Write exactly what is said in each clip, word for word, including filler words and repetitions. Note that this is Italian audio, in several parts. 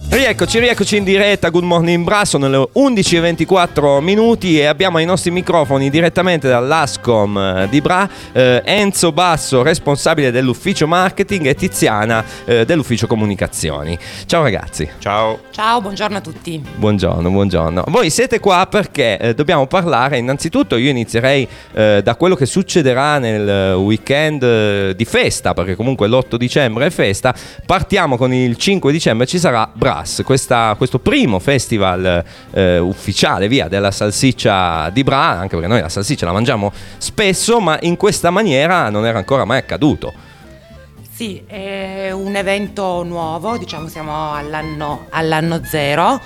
Rieccoci, rieccoci in diretta, Good Morning Bra, sono le undici e ventiquattro minuti e abbiamo ai nostri microfoni direttamente dall'Ascom di Bra eh, Enzo Basso, responsabile dell'ufficio marketing, e Tiziana eh, dell'ufficio comunicazioni. Ciao ragazzi. Ciao. Ciao, buongiorno a tutti. Buongiorno, buongiorno. Voi siete qua perché eh, dobbiamo parlare, innanzitutto io inizierei eh, da quello che succederà nel weekend eh, di festa, perché comunque l'otto dicembre è festa. Partiamo con il cinque dicembre, ci sarà Bra. Questa, questo primo festival eh, ufficiale via della salsiccia di Bra, anche perché noi la salsiccia la mangiamo spesso, ma in questa maniera non era ancora mai accaduto. Sì, è un evento nuovo, diciamo siamo all'anno, all'anno zero,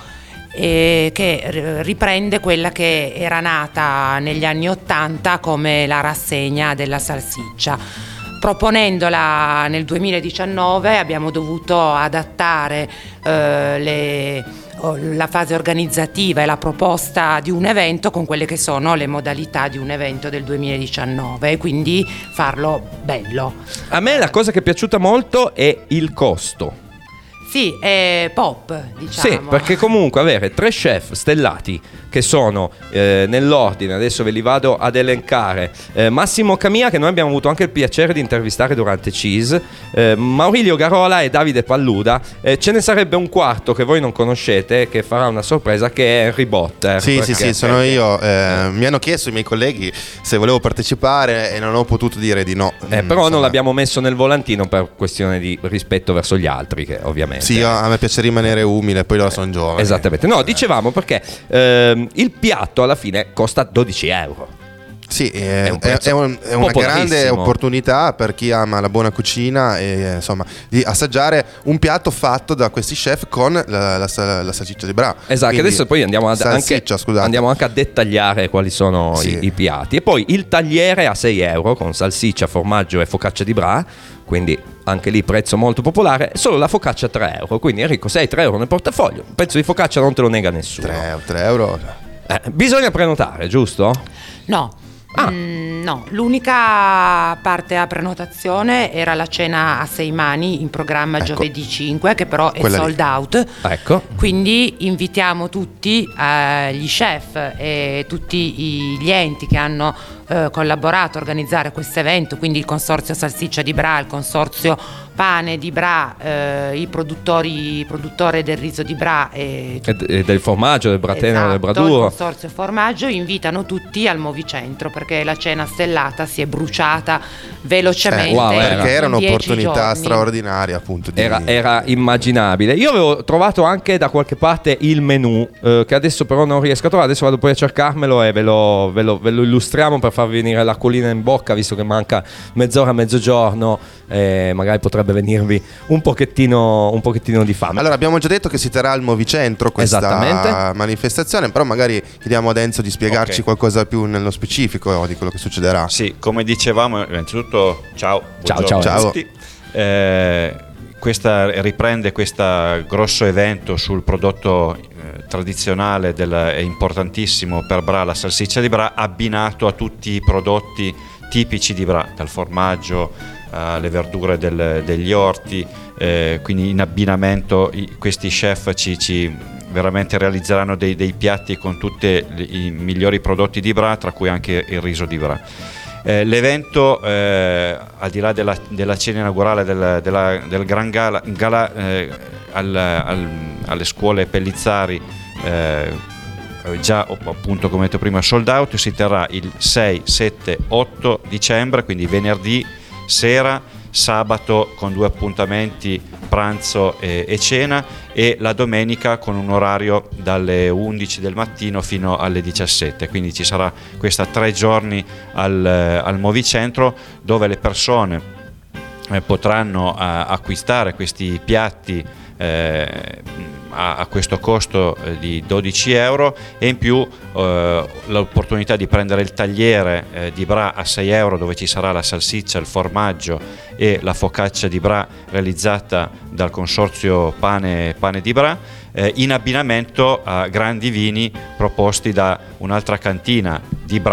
e che riprende quella che era nata negli anni ottanta come la rassegna della salsiccia. Proponendola nel duemiladiciannove abbiamo dovuto adattare eh, le, oh, la fase organizzativa e la proposta di un evento con quelle che sono le modalità di un evento del duemiladiciannove, e quindi farlo bello. A me la cosa che è piaciuta molto è il costo. Sì, è pop, diciamo. Sì, perché comunque avere tre chef stellati che sono eh, nell'ordine, adesso ve li vado ad elencare: eh, Massimo Camia, che noi abbiamo avuto anche il piacere di intervistare durante Cheese, eh, Maurilio Garola e Davide Palluda. Eh, ce ne sarebbe un quarto che voi non conoscete, che farà una sorpresa, che è Henry Botter. Sì, sì, sì, sono io. Eh, mi hanno chiesto i miei colleghi se volevo partecipare e non ho potuto dire di no. Eh, però non l'abbiamo messo nel volantino per questione di rispetto verso gli altri, che ovviamente... Sì, a me piace rimanere umile, poi loro sono giovani. Esattamente. No, dicevamo perché ehm, il piatto alla fine costa dodici euro. Sì, è, è, un è, è, un, è una grande opportunità per chi ama la buona cucina e insomma di assaggiare un piatto fatto da questi chef con la, la, la, la salsiccia di Bra. Esatto, quindi, adesso poi andiamo, ad, salsiccia, anche, andiamo anche a dettagliare quali sono sì. i, i piatti. E poi il tagliere a sei euro con salsiccia, formaggio e focaccia di Bra, quindi anche lì prezzo molto popolare. Solo la focaccia tre euro, quindi Enrico, se hai tre euro nel portafoglio, un pezzo di focaccia non te lo nega nessuno. tre euro eh, bisogna prenotare, giusto? No. Ah. Mm, no, l'unica parte a prenotazione era la cena a sei mani in programma ecco. giovedì cinque, che però è Quella sold lì. out. Ecco. Quindi invitiamo tutti eh, gli chef e tutti gli enti che hanno eh, collaborato a organizzare questo evento, quindi il consorzio Salsiccia di Bra, il consorzio Pane di Bra, eh, i produttori i produttori del riso di Bra e, e, e del formaggio, del Brateno, esatto, del Braduro. Il consorzio formaggio invitano tutti al Movicentro, perché la cena stellata si è bruciata velocemente. Eh, wow, era. Perché era un'opportunità straordinaria, appunto. Di... Era, era immaginabile. Io avevo trovato anche da qualche parte il menù, eh, che adesso però non riesco a trovare. Adesso vado poi a cercarmelo e ve lo, ve lo, ve lo illustriamo per far venire l'acquolina in bocca, visto che manca mezz'ora, mezzogiorno, e magari potrebbe venirvi un pochettino, un pochettino di fame. Allora, abbiamo già detto che si terrà al Movicentro questa manifestazione, però magari chiediamo ad Enzo di spiegarci okay. qualcosa più nello specifico di quello che succederà. Sì, come dicevamo, innanzitutto ciao, ciao, ciao, ciao. A tutti. Eh, questa riprende questo grosso evento sul prodotto eh, tradizionale e importantissimo per Bra, la salsiccia di Bra, abbinato a tutti i prodotti tipici di Bra, dal formaggio alle verdure del, degli orti, eh, quindi in abbinamento i, questi chef ci, ci veramente realizzeranno dei, dei piatti con tutti i migliori prodotti di Bra, tra cui anche il riso di Bra. Eh, l'evento, eh, al di là della, della cena inaugurale del, della, del Gran Gala, gala eh, al, al, alle scuole Pellizzari, eh, già appunto come detto prima sold out, si terrà il sei, sette, otto dicembre, quindi venerdì sera, sabato con due appuntamenti, pranzo e, e cena, e la domenica con un orario dalle undici del mattino fino alle diciassette, quindi ci sarà questa tre giorni al, al Movicentro, dove le persone eh, potranno a, acquistare questi piatti eh, a, a questo costo eh, di dodici euro, e in più eh, l'opportunità di prendere il tagliere eh, di Bra a sei euro, dove ci sarà la salsiccia, il formaggio e la focaccia di Bra realizzata dal consorzio Pane, Pane di Bra, eh, in abbinamento a grandi vini proposti da un'altra cantina di Bra,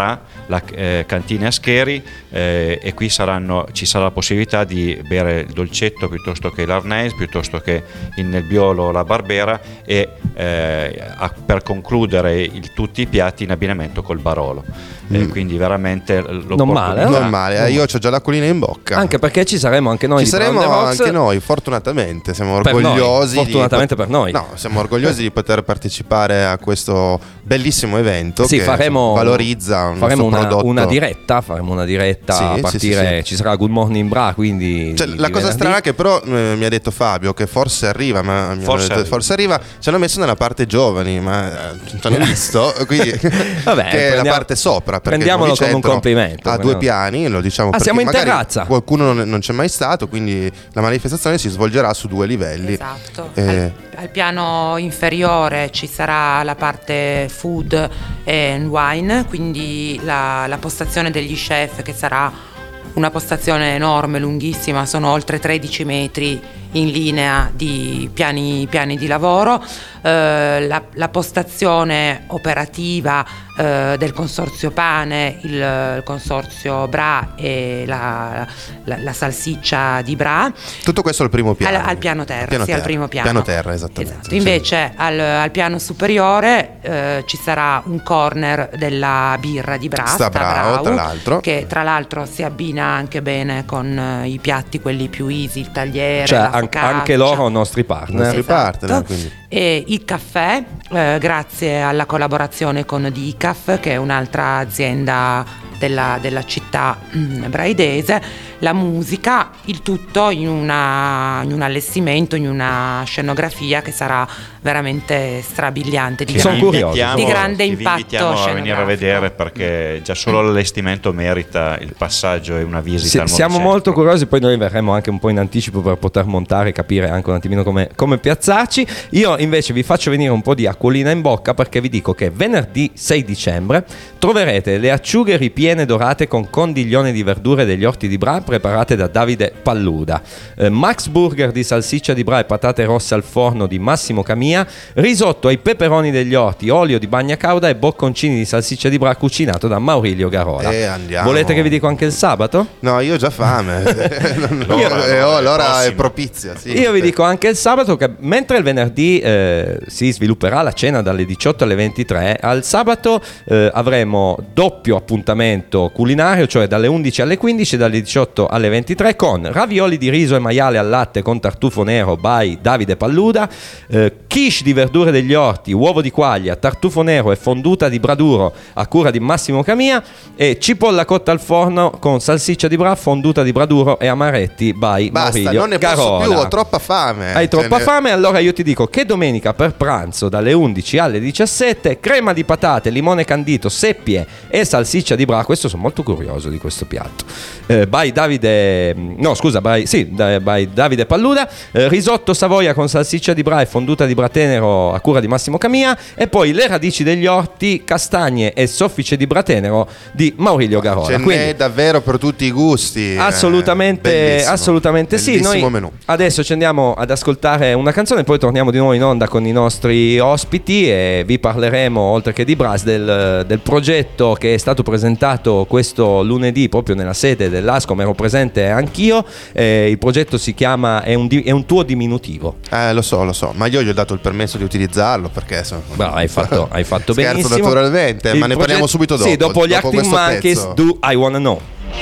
la eh, cantina Ascheri, eh, e qui saranno, ci sarà la possibilità di bere il dolcetto piuttosto che l'arnese, piuttosto che il Nebbiolo, la Barbera, e eh, a, per concludere il, tutti i piatti in abbinamento col Barolo. Mm. Eh, quindi veramente non male, eh? non male. Eh, io ho già l'acquolina in bocca, anche perché ci saremo anche noi ci di saremo Rocks. Anche noi, fortunatamente siamo per orgogliosi noi, fortunatamente di, per noi no, siamo orgogliosi di poter partecipare a questo bellissimo evento, sì, che faremo, valorizza un faremo una, prodotto. una diretta faremo una diretta sì, a partire, sì, sì, sì. ci sarà Good Morning Bra, quindi cioè, la cosa strana che però eh, mi ha detto Fabio che forse arriva, ma mi forse, detto, arriva. forse arriva, ci hanno messo nella parte giovani, ma eh, ci hanno visto quindi vabbè, che è la parte sopra, prendiamolo come un complimento, ha due piani, lo diciamo, ah, siamo in terrazza, qualcuno non, non c'è mai stato, quindi la manifestazione si svolgerà su due livelli. Esatto. eh, al, al piano inferiore ci sarà la parte food and wine, quindi la, la postazione degli chef, che sarà una postazione enorme, lunghissima, sono oltre tredici metri in linea di piani, piani di lavoro. Eh, la, la postazione operativa eh, del consorzio pane, il, il consorzio Bra e la, la, la salsiccia di Bra. Tutto questo al primo piano. Al, al piano terra, piano sì, terra. al primo piano. Piano terra, esattamente. Esatto. Invece sì. al, al piano superiore eh, ci sarà un corner della birra di Bra, Sta Brau, tra l'altro. che tra l'altro si abbina anche bene con eh, i piatti quelli più easy, il tagliere, cioè, la an- anche loro nostri partner. Nostri esatto. partner quindi. E il caffè, eh, grazie alla collaborazione con D I C A F, che è un'altra azienda della, della città mh, braidese, la musica, il tutto in, una, in un allestimento, in una scenografia che sarà veramente strabiliante, di, Sono grande, curioso. di grande vi impatto invitiamo a venire a vedere, perché già solo l'allestimento merita il passaggio e una visita sì, al siamo centro. molto curiosi, poi noi verremo anche un po' in anticipo per poter montare e capire anche un attimino come, come piazzarci. Io invece vi faccio venire un po' di acquolina in bocca, perché vi dico che venerdì sei dicembre troverete le acciughe ripiene dorate con condiglione di verdure degli orti di Bra preparate da Davide Palluda, eh, Max Burger di salsiccia di Bra e patate rosse al forno di Massimo Camia, risotto ai peperoni degli orti, olio di bagna cauda e bocconcini di salsiccia di Bra cucinato da Maurilio Garola. E andiamo. Volete che vi dico anche il sabato? No, io ho già fame. L'ora, eh, oh, l'ora è prossima. propizia, sì. Io vi dico anche il sabato che mentre il venerdì eh, si svilupperà la cena dalle diciotto alle ventitré, al sabato eh, avremo doppio appuntamento culinario, cioè dalle undici alle quindici e dalle diciotto alle ventitré, con ravioli di riso e maiale al latte con tartufo nero by Davide Palluda, eh, quiche di verdure degli orti, uovo di quaglia, tartufo nero e fonduta di Braduro a cura di Massimo Camia, e cipolla cotta al forno con salsiccia di Bra, fonduta di Braduro e amaretti by Basta, Maurilio non ne Garola. posso più, ho troppa fame. Hai troppa Cioè, ne- fame? Allora io ti dico che domenica per pranzo dalle undici alle diciassette crema di patate, limone candito, seppie e salsiccia di Bra. Questo sono molto curioso di questo piatto. Eh, by Davide, no scusa, by, sì, by Davide Palluda, eh, risotto Savoia con salsiccia di Bra e fonduta di Bratenero a cura di Massimo Camia, e poi le radici degli orti, castagne e soffice di Bratenero di Maurilio Garola. Ce Quindi, n'è davvero per tutti i gusti. Assolutamente, Bellissimo. assolutamente sì. Bellissimo Noi menù. adesso ci andiamo ad ascoltare una canzone, poi torniamo di nuovo in onda con i nostri ospiti e vi parleremo, oltre che di Bras, del, del progetto che è stato presentato questo lunedì proprio nella sede dell'Ascom. Ero presente anch'io. Eh, il progetto si chiama È un, di- è un tuo diminutivo. Eh, lo so, lo so, ma io gli ho dato il permesso di utilizzarlo perché insomma, Beh, hai fatto, hai fatto scherzo benissimo. naturalmente, Il ma ne parliamo progetto- subito dopo. Sì, dopo gli Arctic questo Monkeys, pezzo. Do I Wanna Know.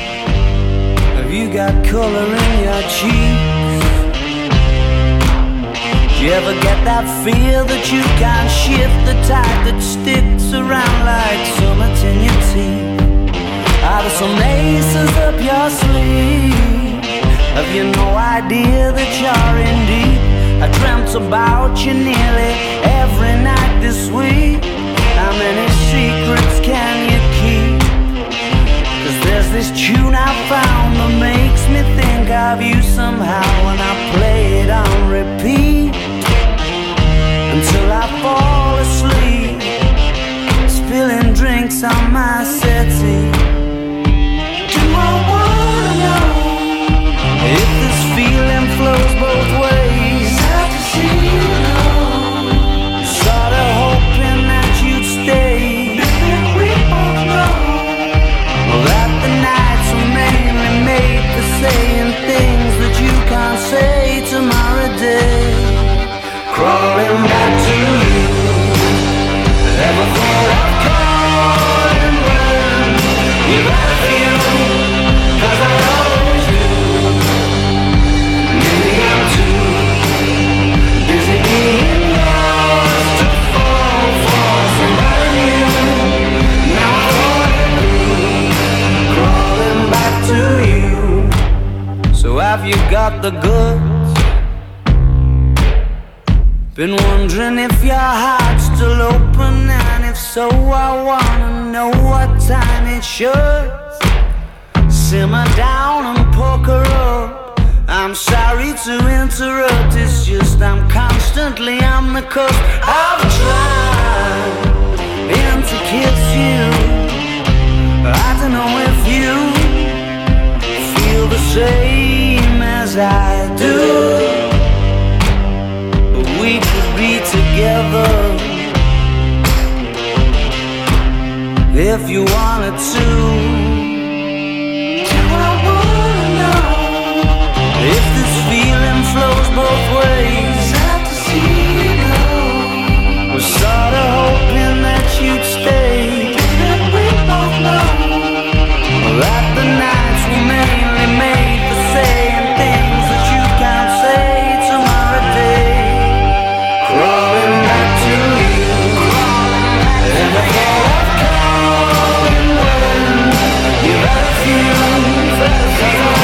Have you got color in your cheeks? Do you ever get that feel that you can't shift, the tide that sticks around like summits in your teeth? Are there some aces up your sleeve? Have you no idea that you're in deep? I dreamt about you nearly every night this week. How many secrets can you keep? Cause there's this tune I found that makes me think of you somehow, and I play it on repeat until I fall asleep, spilling drinks on my settee. Do I wanna know if this feeling flows both ways? Sad to see you know, sorta hoping that you'd stay. Baby, we both know got the goods. Been wondering if your heart's still open, and if so, I wanna know what time it should. Simmer down and poker up. I'm sorry to interrupt, it's just I'm constantly on the cusp. I've tried and to kiss you. I don't know if you feel the same as I do, but we could be together if you wanted to. If this feeling flows both ways, have to see you know. Was sorta hoping that you'd stay, and we both know that the nights were mainly made for saying things that you can't say tomorrow day. Crawling back to you, and I thought of calling when you've had a few fast.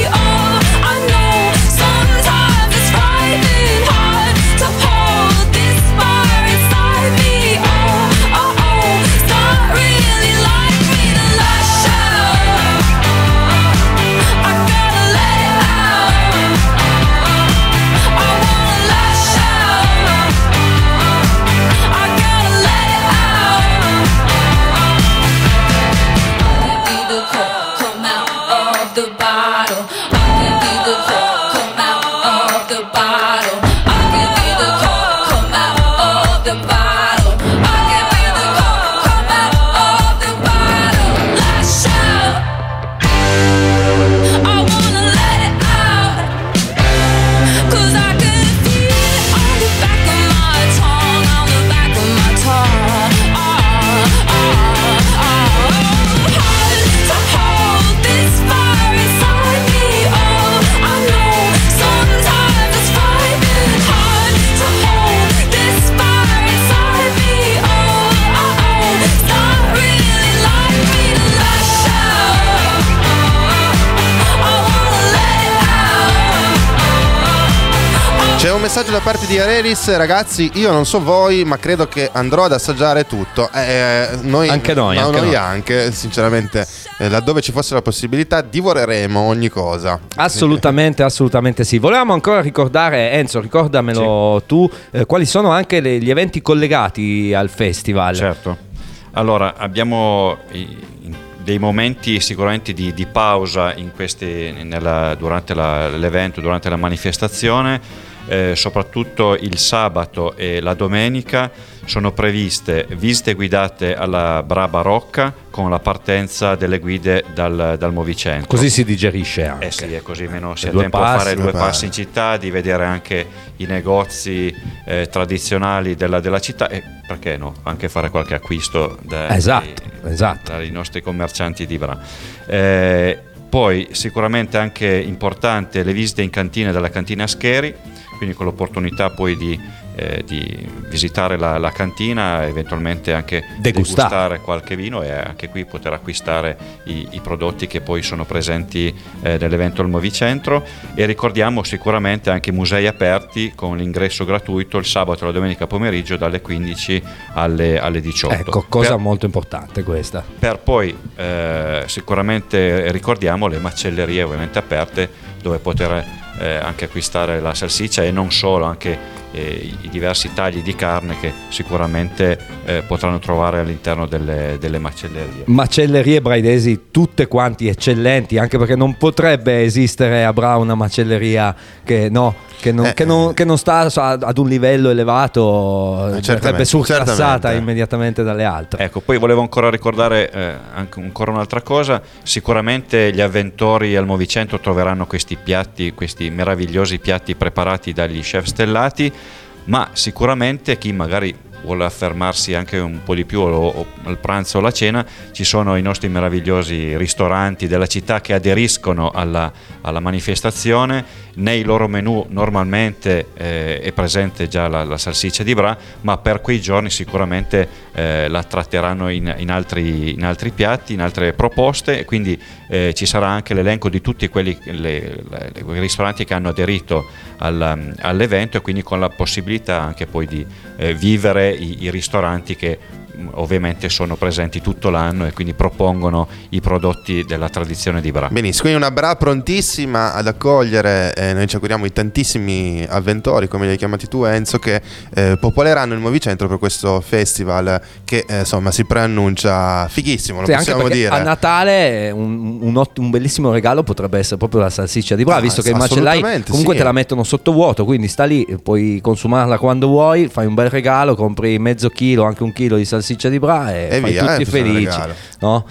This C'è un messaggio da parte di Arelis: ragazzi, io non so voi, ma credo che andrò ad assaggiare tutto. Eh, noi, anche noi, no, anche, noi noi. anche, sinceramente, eh, laddove ci fosse la possibilità, divoreremo ogni cosa. Assolutamente, assolutamente sì. Volevamo ancora ricordare, Enzo, ricordamelo sì. tu, eh, quali sono anche le, gli eventi collegati al festival. Certo. Allora, abbiamo i, dei momenti sicuramente di, di pausa in questi, nella, durante la, l'evento, durante la manifestazione. Eh, soprattutto il sabato e la domenica sono previste visite guidate alla Bra Barocca con la partenza delle guide dal, dal Movicentro. Così si digerisce anche. Eh sì, è così meno si ha due tempo passi, a fare due due passi passi in città, di vedere anche i negozi eh, tradizionali della, della città e perché no, anche fare qualche acquisto da, esatto, dai, esatto. dai nostri commercianti di Bra. Eh, poi sicuramente anche importante le visite in cantina della cantina Ascheri, quindi con l'opportunità poi di, eh, di visitare la, la cantina, eventualmente anche degustare. degustare qualche vino e anche qui poter acquistare i, i prodotti che poi sono presenti eh, nell'evento al Movicentro. E ricordiamo sicuramente anche musei aperti con l'ingresso gratuito il sabato e la domenica pomeriggio dalle quindici alle, alle diciotto. Ecco, cosa per, molto importante questa. Per poi eh, sicuramente ricordiamo le macellerie ovviamente aperte dove poter Eh, anche acquistare la salsiccia e non solo, anche eh, i diversi tagli di carne che sicuramente eh, potranno trovare all'interno delle, delle macellerie. Macellerie braidesi tutte quanti eccellenti, anche perché non potrebbe esistere a Bra una macelleria che no che non, eh, che non, che non sta ad un livello elevato, eh, sarebbe surclassata certamente. immediatamente dalle altre. Ecco, poi volevo ancora ricordare eh, anche ancora un'altra cosa. Sicuramente gli avventori al Movicentro troveranno questi piatti, questi meravigliosi piatti preparati dagli chef stellati, ma sicuramente chi magari vuole affermarsi anche un po' di più o, o al pranzo o alla cena, ci sono i nostri meravigliosi ristoranti della città che aderiscono alla, alla manifestazione. Nei loro menù normalmente eh, è presente già la, la salsiccia di Bra, ma per quei giorni sicuramente eh, la tratteranno in, in, altri, in altri piatti, in altre proposte, e quindi eh, ci sarà anche l'elenco di tutti quelli le, le, le ristoranti che hanno aderito al, all'evento, e quindi con la possibilità anche poi di eh, vivere I, i ristoranti che ovviamente sono presenti tutto l'anno e quindi propongono i prodotti della tradizione di Bra. Benissimo, quindi una Bra prontissima ad accogliere, eh, noi ci auguriamo i tantissimi avventori, come li hai chiamati tu Enzo, che eh, popoleranno il Movicentro per questo festival che eh, insomma si preannuncia fighissimo, lo sì, possiamo anche dire. A Natale un, un, ott- un bellissimo regalo potrebbe essere proprio la salsiccia di Bra, ah, visto che i macellai comunque sì. te la mettono sotto vuoto, quindi sta lì, puoi consumarla quando vuoi, fai un bel regalo, compri mezzo chilo, anche un chilo di salsiccia di Bra e, e fai via, tutti eh, felici, no?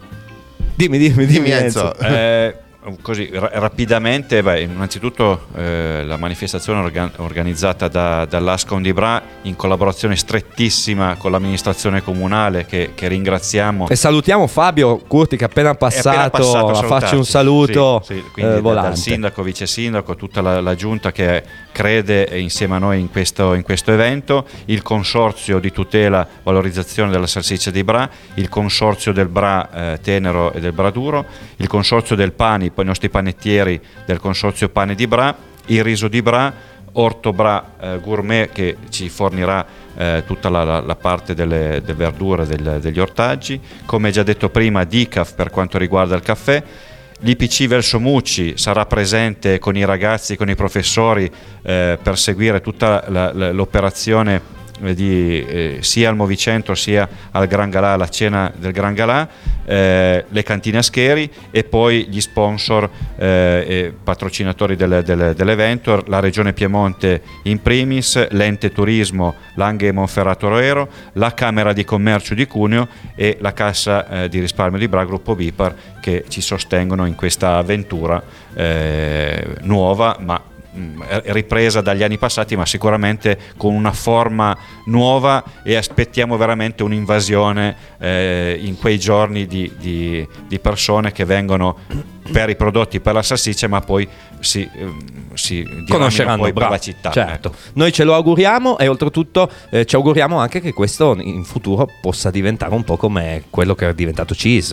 Dimmi, dimmi, dimmi, dimmi Enzo. Enzo. Eh, così ra- rapidamente, beh, innanzitutto eh, la manifestazione organ- organizzata da, dall'Ascom di Bra in collaborazione strettissima con l'amministrazione comunale, che, che ringraziamo. E salutiamo Fabio Curti che è appena passato, è appena passato a a farci un saluto, sì, sì, quindi eh, volante. Dal sindaco, vice sindaco, tutta la, la giunta che crede insieme a noi in questo, in questo evento, il consorzio di tutela valorizzazione della salsiccia di Bra, il consorzio del Bra eh, tenero e del Bra duro, il consorzio del Pani, poi i nostri panettieri del consorzio Pane di Bra, il riso di Bra, Orto Bra eh, Gourmet che ci fornirà eh, tutta la, la, la parte delle, delle verdure, del, degli ortaggi, come già detto prima D I C A F per quanto riguarda il caffè. L'I P C Velso Mucci sarà presente con i ragazzi, con i professori eh, per seguire tutta la, la, l'operazione di, eh, sia al Movicentro sia al Gran Galà, la cena del Gran Galà, eh, le cantine Ascheri e poi gli sponsor eh, e patrocinatori del, del, dell'evento, la Regione Piemonte in primis, l'Ente Turismo Langhe Monferrato Roero, la Camera di Commercio di Cuneo e la Cassa eh, di Risparmio di Bra, Gruppo Bipar, che ci sostengono in questa avventura eh, nuova, ma ripresa dagli anni passati, ma sicuramente con una forma nuova, e aspettiamo veramente un'invasione eh, in quei giorni di, di, di persone che vengono per i prodotti, per la salsiccia, ma poi si, si conosceranno poi Bra, per la città. certo. Ecco. Noi ce lo auguriamo, e oltretutto eh, ci auguriamo anche che questo in futuro possa diventare un po' come quello che è diventato Cheese.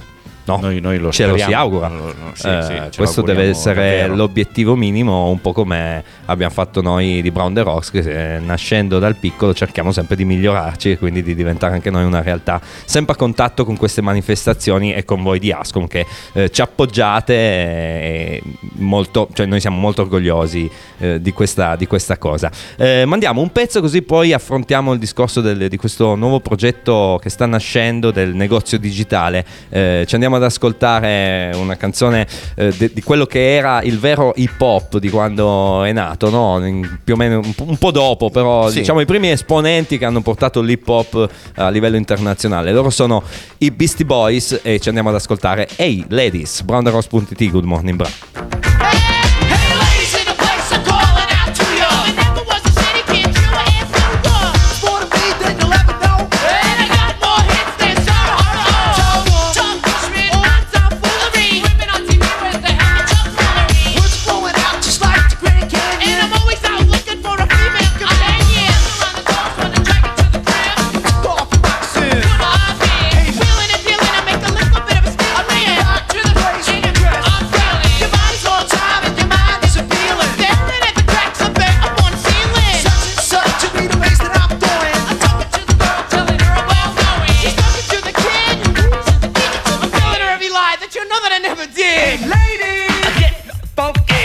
No, noi, noi lo ce lo si speriamo. augura. No, no, sì, Eh, sì, ce lo questo deve auguriamo essere davvero. l'obiettivo minimo, un po' come abbiamo fatto noi di Brown the Rocks, che eh, nascendo dal piccolo cerchiamo sempre di migliorarci e quindi di diventare anche noi una realtà sempre a contatto con queste manifestazioni e con voi di Ascom che eh, ci appoggiate e molto, cioè noi siamo molto orgogliosi eh, di, questa, di questa cosa. Eh, mandiamo un pezzo così poi affrontiamo il discorso del, di questo nuovo progetto che sta nascendo del negozio digitale. Eh, ci andiamo ad ascoltare una canzone eh, de, di quello che era il vero hip hop di quando è nato, no? In, più o meno un, un po' dopo, però Sì. diciamo i primi esponenti che hanno portato l'hip hop a livello internazionale. Loro sono i Beastie Boys e ci andiamo ad ascoltare Hey Ladies, brown the rocks punto it, Good Morning Bra. Hey ladies in the place, I'm calling out to you. It never was a city kid, you were in New York. More to me than you'll ever know. And I got more hits than Sarah Harlow. Tom Cushman, non-stop foolery. Women on T V with the hair of Chuck Woolery. Words flowing out just like the Grand Canyon. And I'm always out looking for a female companion. Around the doors when I drag it to the crib. Off the boxes. Put my eyes in. Wheeling and dealing, I make a little bit of a steal. I ran back to the place. I'm feeling. Your body's all time and your mind is appealing. Staring at the cracks up there up on the ceiling. Such and such, you need a ways that I'm doing. I'm talking to the girl, telling her I'm well knowing. She's talking to the kid, I'm telling her every lie that you know that I never did. Lady, get funky.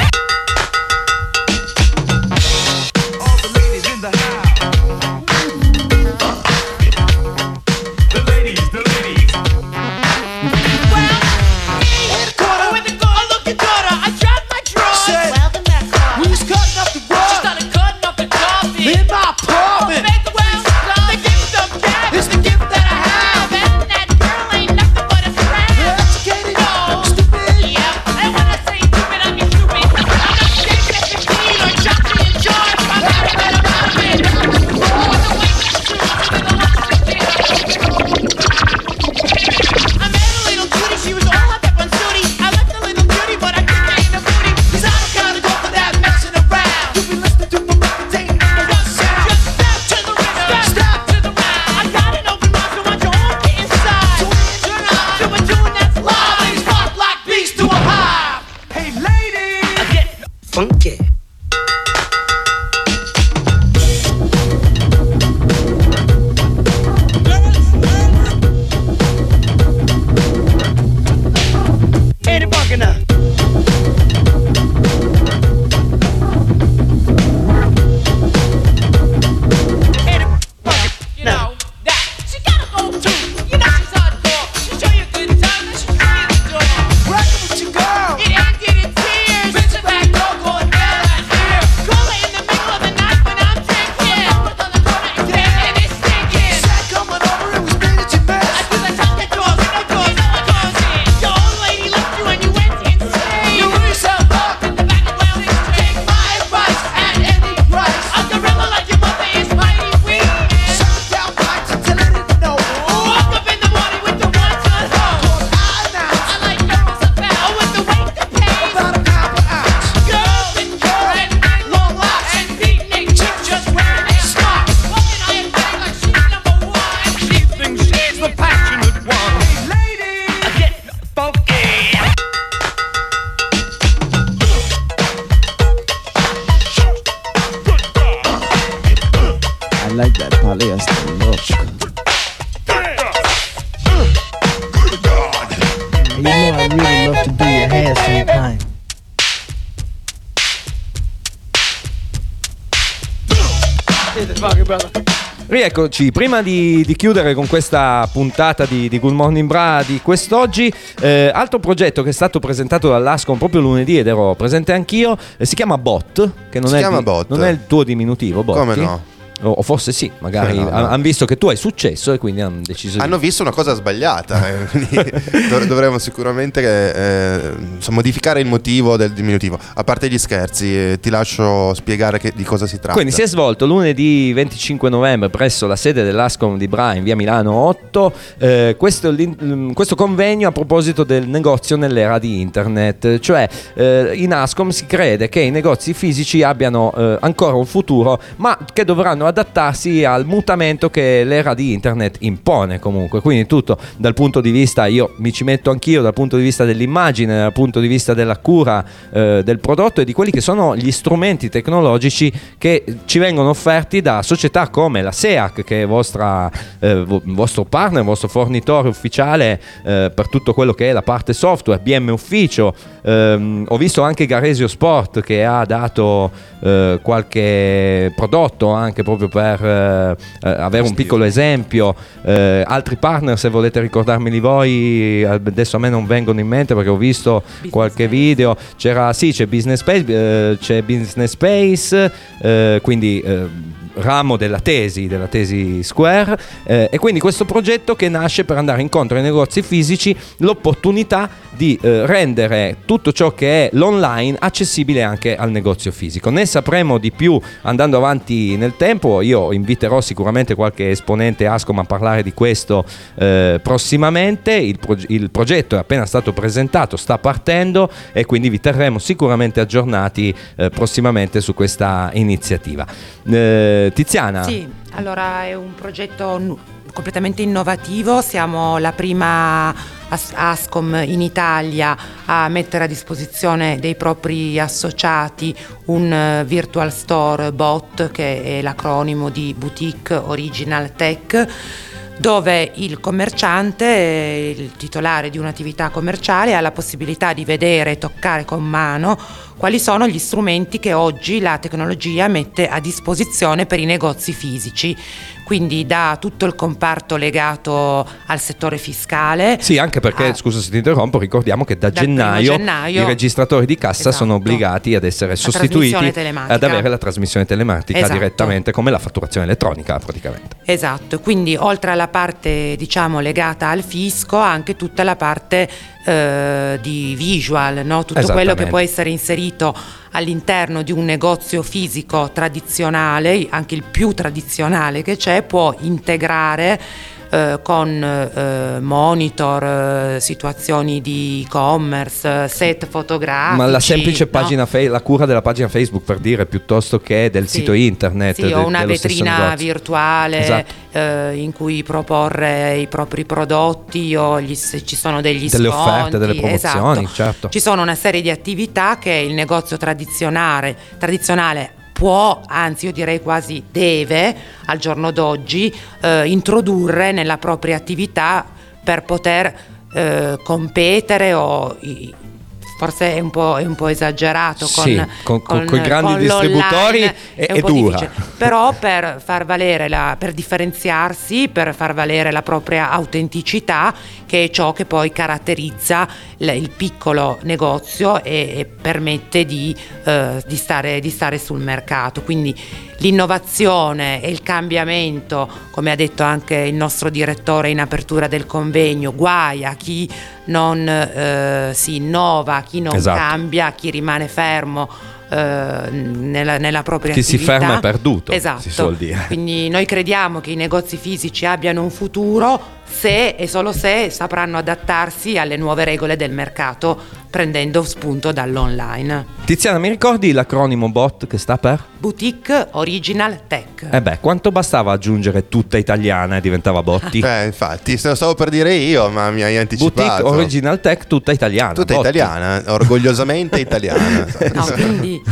All the ladies in the house. The ladies, the ladies. Well, in the corner with the girl, look at daughter. I dropped my drawers. Well, the mess. We was cutting up the rug. She started cutting up the coffee. In my apartment. Well, the gift of cat is the gift that I have. And that girl ain't nothing but a friend. Educated, no, stupid. Yeah, and when I say stupid, I mean stupid. I'm not James at fifteen or Johnson in charge. I'm very bad about it. I met a little cutie, she was all up on duty. I left the little beauty, but I couldn't get in the booty. Cause I don't kinda go for that messing around. You be listening to my reputation, the one sound. Just step to the rhythm, step to the round. I got an open mind, so want you all get inside. Turn on to a tune that's live. Ladies rock like beats to a hive. Hey ladies, get funky. Ain't it funky now? Ain't it funky? You know that she gotta go too. You know she's hardcore. She'll show you a good time, then she'll show you the door. Rockin' with your girl. It ended in tears. Rinse it back, go, go and bail right here. Call her in the middle of the night when I'm drinking. Over on the corner and and it's stinking. Said coming over, it was me that you missed. I feel like talking doors, no doors, no doors in. Your old lady left you and you went insane. You lose yourself up in the back of Lounge Street. Take my advice at any price. A gorilla like your mother is mighty weak. Shut down pipes until it didn't know. Walk up in the morning with the one-ton hose. I now I like girls about oh, with the weight to pay. About a pound per ounce. Girls and girls and long locks and beatnik chicks just wearing their smocks. Walking on your bag like she's number one. She thinks she's the passionate one. Hey ladies, get funky. I like that polyester look. You know I really love to do your hair sometime. Rieccoci, prima di, di chiudere con questa puntata di, di Good Morning Bra di quest'oggi, eh, altro progetto che è stato presentato dall'Ascom proprio lunedì ed ero presente anch'io, eh, si chiama Bot, che non, Si è, chiama di- Bot. non è il tuo diminutivo, Botti? Come no? O, o forse sì, magari Eh, no, no. hanno visto che tu hai successo e quindi hanno deciso Hanno di... visto una cosa sbagliata, eh, quindi dov- dovremmo sicuramente eh, insomma, modificare il motivo del diminutivo. A parte gli scherzi, eh, ti lascio spiegare che- di cosa si tratta. Quindi si è svolto lunedì venticinque novembre presso la sede dell'Ascom di Bra in via Milano otto eh, questo, l'in- questo convegno a proposito del negozio nell'era di internet, cioè eh, in Ascom si crede che i negozi fisici abbiano eh, ancora un futuro ma che dovranno adattarsi al mutamento che l'era di internet impone comunque, quindi tutto dal punto di vista, io mi ci metto anch'io, dal punto di vista dell'immagine, dal punto di vista della cura eh, del prodotto e di quelli che sono gli strumenti tecnologici che ci vengono offerti da società come la SEAC, che è vostra, eh, vostro partner, vostro fornitore ufficiale eh, per tutto quello che è la parte software, B M Ufficio. ehm, ho visto anche Garesio Sport che ha dato eh, qualche prodotto anche proprio per eh, avere un piccolo esempio. eh, altri partner, se volete ricordarmeli voi, adesso a me non vengono in mente perché ho visto Business qualche Space. video. C'era sì, c'è Business Space, eh, c'è Business Space, eh, quindi eh, ramo della tesi, della tesi Square, eh, e quindi questo progetto che nasce per andare incontro ai negozi fisici l'opportunità di eh, rendere tutto ciò che è l'online accessibile anche al negozio fisico. Ne sapremo di più andando avanti nel tempo. Io inviterò sicuramente qualche esponente Ascom a parlare di questo eh, prossimamente. Il, pro- il progetto è appena stato presentato, sta partendo e quindi vi terremo sicuramente aggiornati eh, prossimamente su questa iniziativa. Eh, Tiziana? Sì, allora è un progetto nu- completamente innovativo, siamo la prima As- Ascom in Italia a mettere a disposizione dei propri associati un uh, virtual store bot, che è l'acronimo di Boutique Original Tech, dove il commerciante, il titolare di un'attività commerciale, ha la possibilità di vedere e toccare con mano quali sono gli strumenti che oggi la tecnologia mette a disposizione per i negozi fisici. Quindi da tutto il comparto legato al settore fiscale. Sì, anche perché, a- scusa se ti interrompo, ricordiamo che da, Dal primo gennaio, gennaio i registratori di cassa esatto, sono obbligati ad essere la sostituiti trasmissione telematica. ad avere la trasmissione telematica Esatto. direttamente, come la fatturazione elettronica praticamente. Esatto, quindi oltre alla parte diciamo legata al fisco, anche tutta la parte eh, di visual, no? Tutto quello Esattamente. che può essere inserito all'interno di un negozio fisico tradizionale, anche il più tradizionale che c'è, può integrare eh, con eh, monitor, eh, situazioni di e-commerce, set fotografici. Ma la semplice no? pagina fe- la cura della pagina Facebook, per dire, piuttosto che del Sì. sito internet. Sì, de- o una dello stesso vetrina negozio. virtuale Esatto. eh, in cui proporre i propri prodotti, o gli- se ci sono degli Delle sconti. offerte, delle promozioni, Esatto. certo. Ci sono una serie di attività che il negozio tradizionale, tradizionale può, anzi io direi quasi deve, al giorno d'oggi eh, introdurre nella propria attività per poter eh, competere o i- forse è un po', è un po' esagerato con, Sì, con- con- coi grandi con distributori l'online, è- un è po' dura. difficile. Però per far valere la, per differenziarsi, per far valere la propria autenticità, che è ciò che poi caratterizza il, il piccolo negozio e, e permette di, eh, di, stare, di stare sul mercato. Quindi l'innovazione e il cambiamento, come ha detto anche il nostro direttore in apertura del convegno, guai a chi non eh, si innova, a chi non Esatto. cambia, a chi rimane fermo eh, nella, nella propria Chi si attività. ferma è perduto, Esatto. si suol dire. Quindi noi crediamo che i negozi fisici abbiano un futuro se e solo se sapranno adattarsi alle nuove regole del mercato, prendendo spunto dall'online. Tiziana, mi ricordi l'acronimo BOT che sta per? Boutique Original Tech. Eh beh, quanto bastava aggiungere tutta italiana e diventava Botti? Eh, infatti, se lo stavo per dire io, ma mi hai anticipato. Boutique Original Tech tutta italiana. Tutta Botti. italiana, orgogliosamente italiana. No, quindi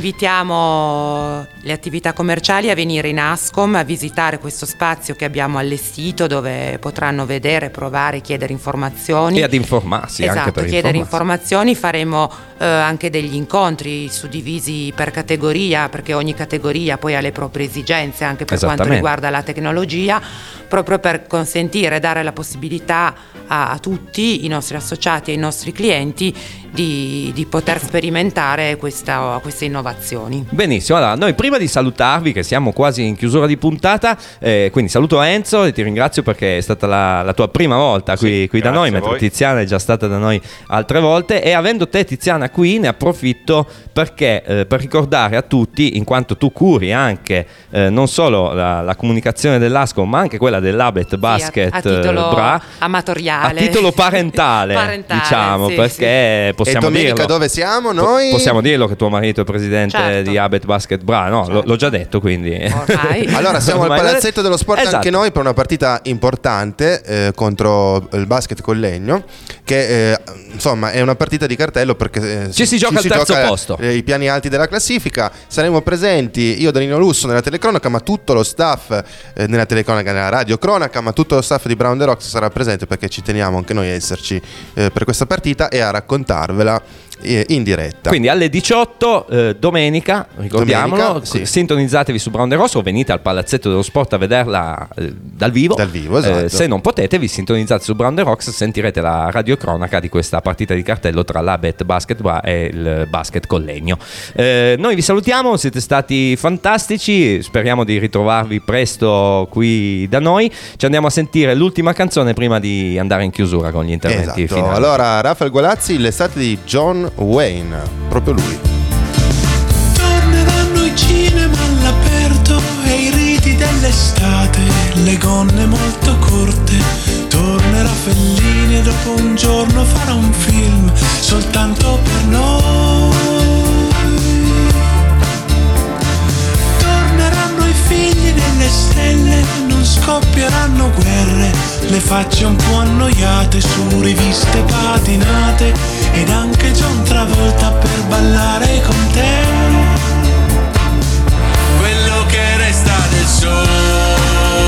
invitiamo le attività commerciali a venire in Ascom a visitare questo spazio che abbiamo allestito, dove potranno vedere, provare, chiedere informazioni E ad informarsi esatto, anche per chiedere informarsi. informazioni. Faremo eh, anche degli incontri suddivisi per categoria, perché ogni categoria poi ha le proprie esigenze anche per quanto Esattamente. riguarda la tecnologia, proprio per consentire, dare la possibilità a, a tutti i nostri associati e ai nostri clienti di, di poter sperimentare questa, queste innovazioni. Benissimo, allora noi prima di salutarvi, che siamo quasi in chiusura di puntata, eh, quindi saluto Enzo e ti ringrazio perché è stata la, la tua prima volta qui, Sì, qui da grazie noi, a mentre voi. Tiziana è già stata da noi altre volte, e avendo te Tiziana qui ne approfitto perché eh, per ricordare a tutti, in quanto tu curi anche eh, non solo la, la comunicazione dell'Ascom ma anche quella dell'Abet Basket a, a titolo eh, Bra, amatoriale, a titolo parentale, Parentale, diciamo, sì, perché sì. possiamo e domenica dirlo. dove siamo noi? Possiamo dirlo che tuo marito è presidente Certo. di Abet Basket Bra, no? Certo. L- l'ho già detto, quindi. Ormai. Allora siamo al Ormai- palazzetto dello sport Esatto. anche noi per una partita importante eh, contro il basket Collegno, che eh, insomma è una partita di cartello perché eh, Ci si gioca al terzo posto. eh, i piani alti della classifica. Saremo presenti io, Danilo Lusso, nella telecronaca, ma tutto lo staff eh, nella telecronaca, nella radiocronaca, ma tutto lo staff di Brown the Rocks sarà presente perché ci teniamo anche noi a esserci eh, per questa partita e a raccontarvela eh, in diretta. Quindi alle diciotto eh, domenica, ricordiamolo, Domenica, sì. sintonizzatevi su Brown the Rocks o venite al palazzetto dello sport a vederla eh, dal vivo. Dal vivo, esatto. Eh, se non potete, vi sintonizzate su Brown the Rocks, sentirete la radiocronaca di questa partita di cartello tra l'Abet Basket Bra e il basket Collegno. Eh, noi vi salutiamo, siete stati fantastici, speriamo di ritrovarvi presto qui da noi. Ci andiamo a sentire l'ultima canzone prima di andare in chiusura con gli interventi Esatto. finali. Allora, Raffaele Gualazzi, l'estate di John Wayne, proprio lui. Torneranno i cinema all'aperto e i riti dell'estate, le gonne molto corte. Tornerà Fellini e dopo un giorno farà un film soltanto per noi. Torneranno i figli delle stelle, non scoppieranno guerre, le facce un po' annoiate su riviste patinate ed anche John Travolta per ballare con te. Quello che resta del sole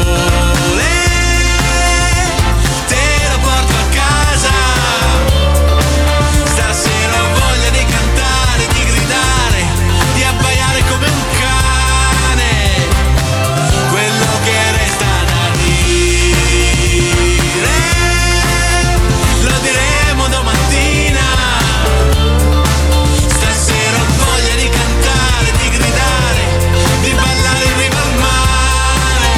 te lo porto a casa. Stasera ho voglia di cantare, di gridare, di abbaiare come un cane. Quello che resta da dire lo diremo domattina. Stasera ho voglia di cantare, di gridare, di ballare in riva al mare.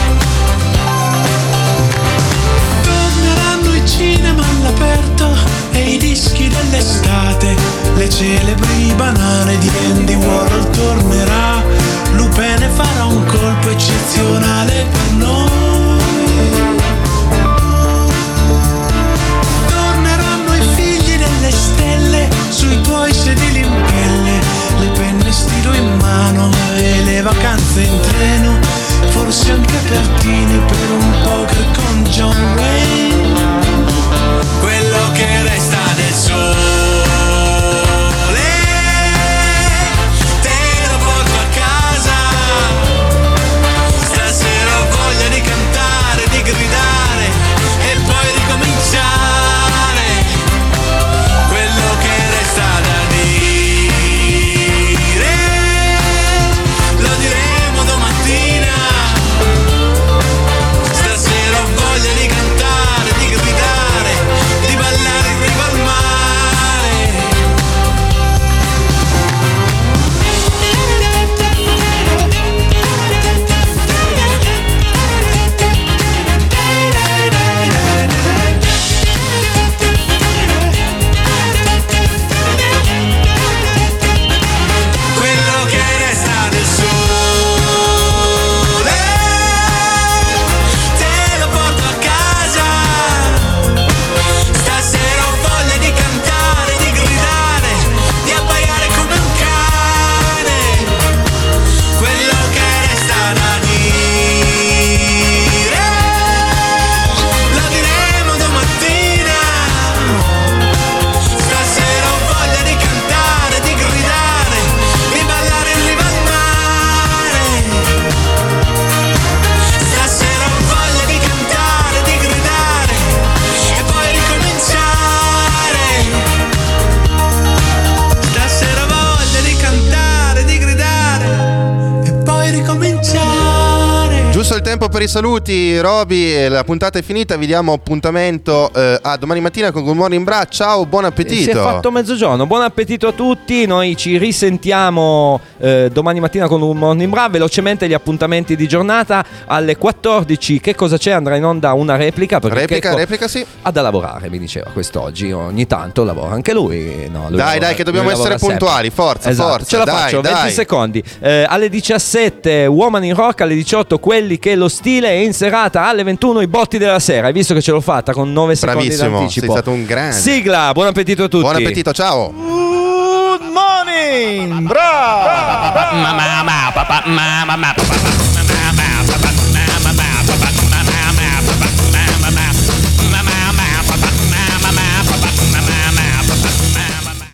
Torneranno i cinema all'aperto e i dischi dell'estate, le celebri banane di Andy Warhol tornerà. Lupene farà un colpo eccezionale per noi. Torneranno i figli delle stelle sui tuoi sedili in pelle, le penne stilo in mano e le vacanze in treno, forse anche Pertini per un poker con John Wayne. Quello che resta del sole te lo porto a casa. Stasera ho voglia di cantare, di gridare e poi ricominciare. Quello che resta da dire lo diremo domattina. Stasera ho voglia di cantare, di gridare, di ballare in riva al mare. Quello che resta del sole te lo porto a casa. Stasera ho voglia di cantare, di gridare, di abbaiare come un cane. Quello che resta da dire lo diremo domattina. Stasera ho voglia di cantare, di gridare, di ballare in riva al mare. Stasera ho voglia di cantare, di gridare e poi ricominciare. Stasera ho voglia di cantare, di gridare e poi ricominciare. Giusto il tempo per i saluti, Roby, la puntata è finita, vi diamo appuntamento eh, a domani mattina con Good Morning Bra. Ciao, buon appetito. Si è fatto mezzogiorno, buon appetito a tutti, noi ci risentiamo eh, domani mattina con un Morning Bra. Velocemente gli appuntamenti di giornata alle quattordici, che cosa c'è? Andrà in onda una replica perché Replica, Checco replica, sì. ha da lavorare, mi diceva quest'oggi, ogni tanto lavora anche lui. No, lui Dai, lavora- dai, che dobbiamo lui lavora essere sempre. puntuali, forza, Esatto, forza, ce la dai, faccio, dai. venti secondi. Eh, alle diciassette Woman in Rock, alle diciotto Quelli che lo stimano. stile e in serata alle ventuno i botti della sera. Hai visto che ce l'ho fatta con nove secondi Bravissimo, d'anticipo. sei stato un grande. Sigla, buon appetito a tutti. Buon appetito, ciao. Good morning! Bravo! Mamma, mamma, papà, mamma, mamma, papà, mamma.